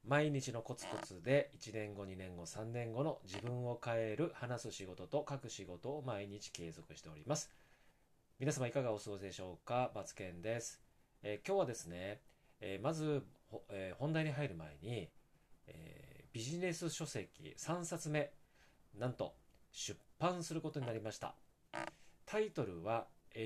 毎日のコツコツで1年後、2年後、3年後の自分を変える話す仕事と書く仕事を毎日継続しております。皆様いかがお過ごしでしょうか。バツケンです。今日はですね、まず、本題に入る前に、ビジネス書籍3冊目、なんと出版することになりました。タイトルは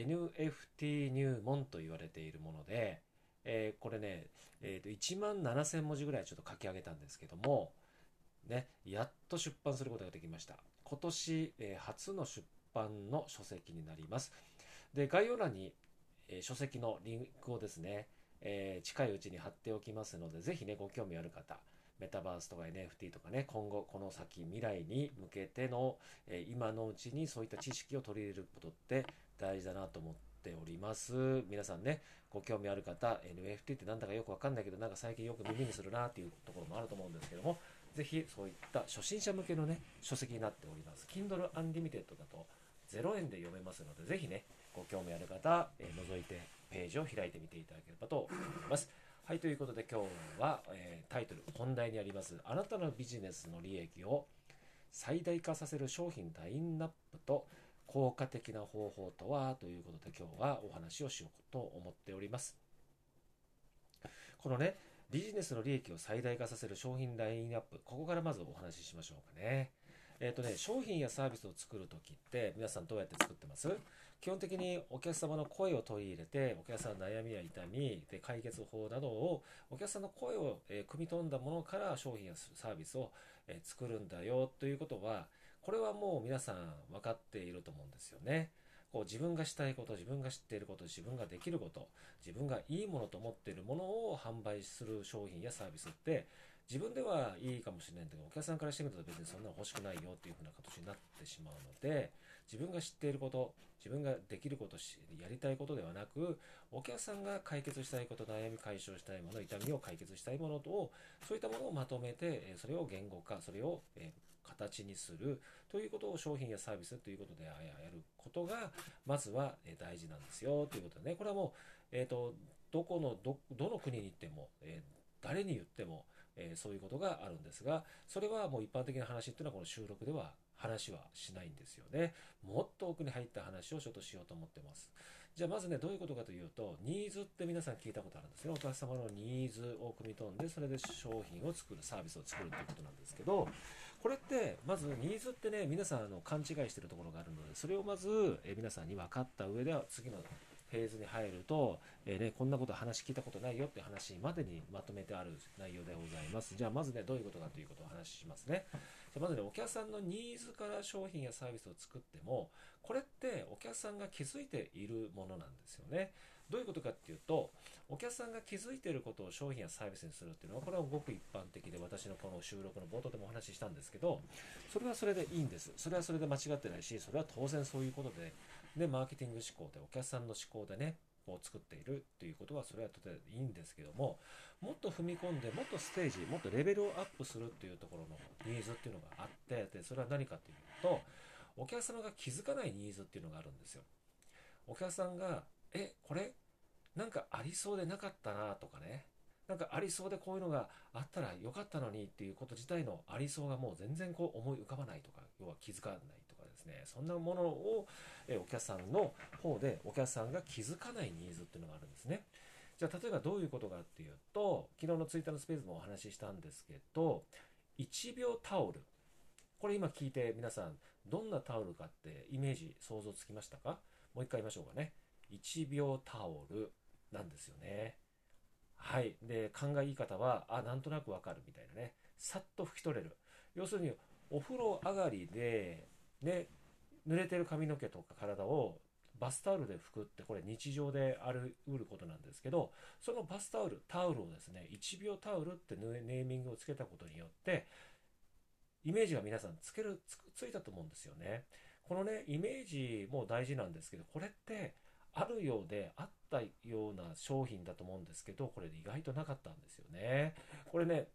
NFT 入門と言われているもので、これね、1万7000文字ぐらいちょっと書き上げたんですけども、ね、やっと出版することができました。今年、初の出版の書籍になります。で、概要欄に、書籍のリンクをですね、近いうちに貼っておきますので、ぜひね、ご興味ある方、メタバースとか NFT とかね、今後、この先、未来に向けての、今のうちにそういった知識を取り入れることって大事だなと思っております。皆さんね、ご興味ある方、NFT ってなんだかよくわかんないけど、なんか最近よく耳にするなっていうところもあると思うんですけども、ぜひそういった初心者向けのね、書籍になっております。Kindle Unlimited だと0円で読めますので、ぜひね、ご興味ある方、覗いてページを開いてみていただければと思います。はい、ということで今日は、タイトル、本題にあります、あなたのビジネスの利益を最大化させる商品ラインナップと効果的な方法とはということで今日はお話をしようと思っております。このね、ビジネスの利益を最大化させる商品ラインナップ、ここからまずお話ししましょうかね。商品やサービスを作るときって皆さんどうやって作ってます？基本的にお客様の声を取り入れて、お客さんの悩みや痛みで解決法などをお客さんの声を組み込んだものから商品やサービスを作るんだよということは、これはもう皆さん分かっていると思うんですよね。こう自分がしたいこと、自分が知っていること、自分ができること、自分がいいものと思っているものを販売する商品やサービスって自分ではいいかもしれないけど、お客さんからしてみると別にそんなの欲しくないよっていう風な形になってしまうので、自分が知っていること、自分ができること、やりたいことではなく、お客さんが解決したいこと、悩み解消したいもの、痛みを解決したいものと、そういったものをまとめて、それを言語化、それを形にするということを商品やサービスということでやることがまずは大事なんですよということでね、これはもう、どの国に行っても、誰に言っても、そういうことがあるんですが、それはもう一般的な話っていうのはこの収録では話はしないんですよね。もっと奥に入った話をちょっとしようと思ってます。じゃあまずね、どういうことかというと、ニーズって皆さん聞いたことあるんですね。お客様のニーズを組み込んで、それで商品を作る、サービスを作るっていうことなんですけど、これってまずニーズってね、皆さん勘違いしてるところがあるので、それをまず、皆さんに分かった上では次のフェーズに入ると、こんなこと話聞いたことないよって話までにまとめてある内容でございます。じゃあまずね、どういうことかということをお話ししますね。じゃあまずね、お客さんのニーズから商品やサービスを作っても、これってお客さんが気づいているものなんですよね。どういうことかっていうと、お客さんが気づいていることを商品やサービスにするっていうのは、これはごく一般的で、私のこの収録の冒頭でもお話ししたんですけど、それはそれでいいんです。それはそれで間違ってないし、それは当然そういうことで、マーケティング思考で、お客さんの思考でね、を作っているということはそれはとてもいいんですけども、もっと踏み込んでもっとステージ、もっとレベルをアップするっていうところのニーズっていうのがあって、でそれは何かというと、お客様が気づかないニーズっていうのがあるんですよ。お客さんがこれなんかありそうでなかったなとかね、なんかありそうでこういうのがあったらよかったのにっていうこと自体のありそうがもう全然こう思い浮かばないとか、要は気づかないとかですね、そんなものをお客さんの方でお客さんが気づかないニーズっていうのがあるんですね。じゃあ例えばどういうことかっていうと、昨日のツイッターのスペースもお話ししたんですけど、1秒タオル、これ今聞いて皆さんどんなタオルかってイメージ想像つきましたか？もう一回言いましょうかね。1秒タオルなんですよね。はい。で、考えいい方は、なんとなくわかるみたいなね。さっと拭き取れる。要するに、お風呂上がりで、ね、濡れてる髪の毛とか体をバスタオルで拭くって、これ日常であることなんですけど、そのバスタオル、タオルをですね、1秒タオルってネーミングをつけたことによって、イメージが皆さんついたと思うんですよね。このね、イメージも大事なんですけど、これってあるようであったような商品だと思うんですけど、これ意外となかったんですよね。これね、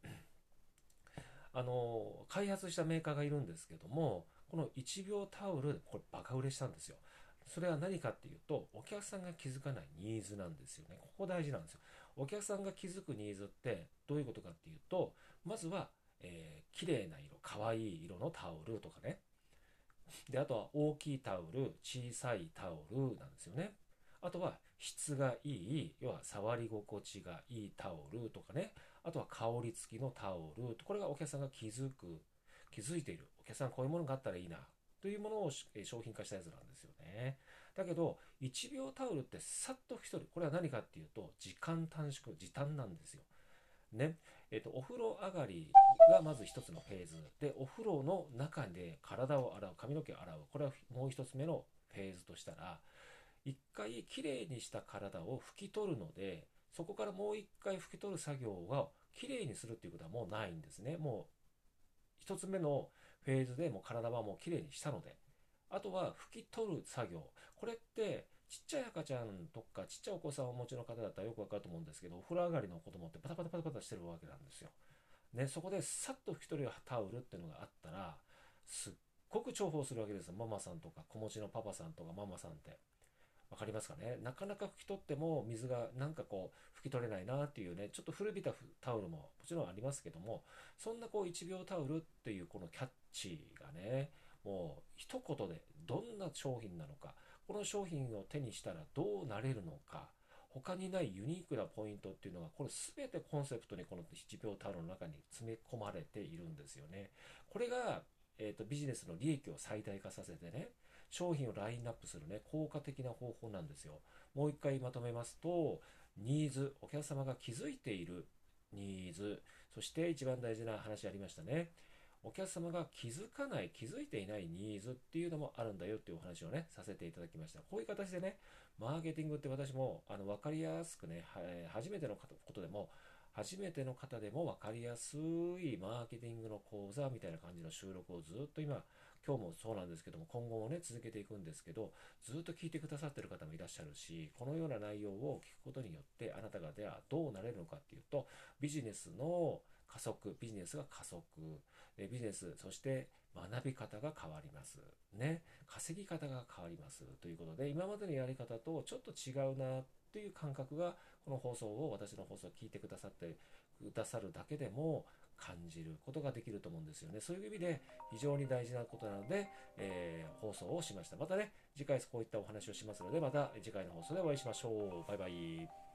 開発したメーカーがいるんですけども、この1秒タオル、これバカ売れしたんですよ。それは何かっていうと、お客さんが気づかないニーズなんですよね。ここ大事なんですよ。 お客さんが気づくニーズってどういうことかっていうと、まずは、綺麗な色、可愛い色のタオルとかね。で、あとは大きいタオル、小さいタオルなんですよね。あとは質がいい、要は触り心地がいいタオルとかね。あとは香り付きのタオル。これがお客さんが気づいている。お客さんこういうものがあったらいいな。というものを商品化したやつなんですよね。だけど、1秒タオルってさっと拭き取る。これは何かっていうと、時間短縮、時短なんですよ。ね。お風呂上がりがまず一つのフェーズ。で、お風呂の中で体を洗う、髪の毛を洗う。これはもう一つ目のフェーズとしたら、一回きれいにした体を拭き取るので、そこからもう一回拭き取る作業がきれいにするっていうことはもうないんですね。もう一つ目のフェーズでもう体はもうきれいにしたので、あとは拭き取る作業。これってちっちゃい赤ちゃんとかちっちゃいお子さんをお持ちの方だったらよくわかると思うんですけど、お風呂上がりの子供ってパタパタパタパタしてるわけなんですよ。ね、そこでさっと拭き取るタオルっていうのがあったら、すっごく重宝するわけですよ。ママさんとか子持ちのパパさんとかママさんって。わかりますかね。なかなか拭き取っても水がなんかこう拭き取れないなっていうね、ちょっと古びたタオルももちろんありますけども、そんなこう1秒タオルっていうこのキャッチがね、もう一言でどんな商品なのか、この商品を手にしたらどうなれるのか、他にないユニークなポイントっていうのが、これ全てコンセプトにこの1秒タオルの中に詰め込まれているんですよね。これが、ビジネスの利益を最大化させてね、商品をラインナップするね、効果的な方法なんですよ。もう一回まとめますと、ニーズ、お客様が気づいているニーズ、そして一番大事な話ありましたね。お客様が気づかない、気づいていないニーズっていうのもあるんだよっていうお話をね、させていただきました。こういう形でね、マーケティングって私も分かりやすくね、初めてのことでも、初めての方でも分かりやすいマーケティングの講座みたいな感じの収録をずっと今日もそうなんですけども、今後もね、続けていくんですけど、ずっと聞いてくださってる方もいらっしゃるし、このような内容を聞くことによって、あなたがではどうなれるのかっていうと、ビジネスの加速、ビジネスが加速、ビジネス、そして学び方が変わります。ね。稼ぎ方が変わります。ということで、今までのやり方とちょっと違うなっていう感覚が、この放送を、私の放送を聞いてくださるだけでも感じることができると思うんですよね。そういう意味で非常に大事なことなので、放送をしました。またね、次回こういったお話をしますので、また次回の放送でお会いしましょう。バイバイ。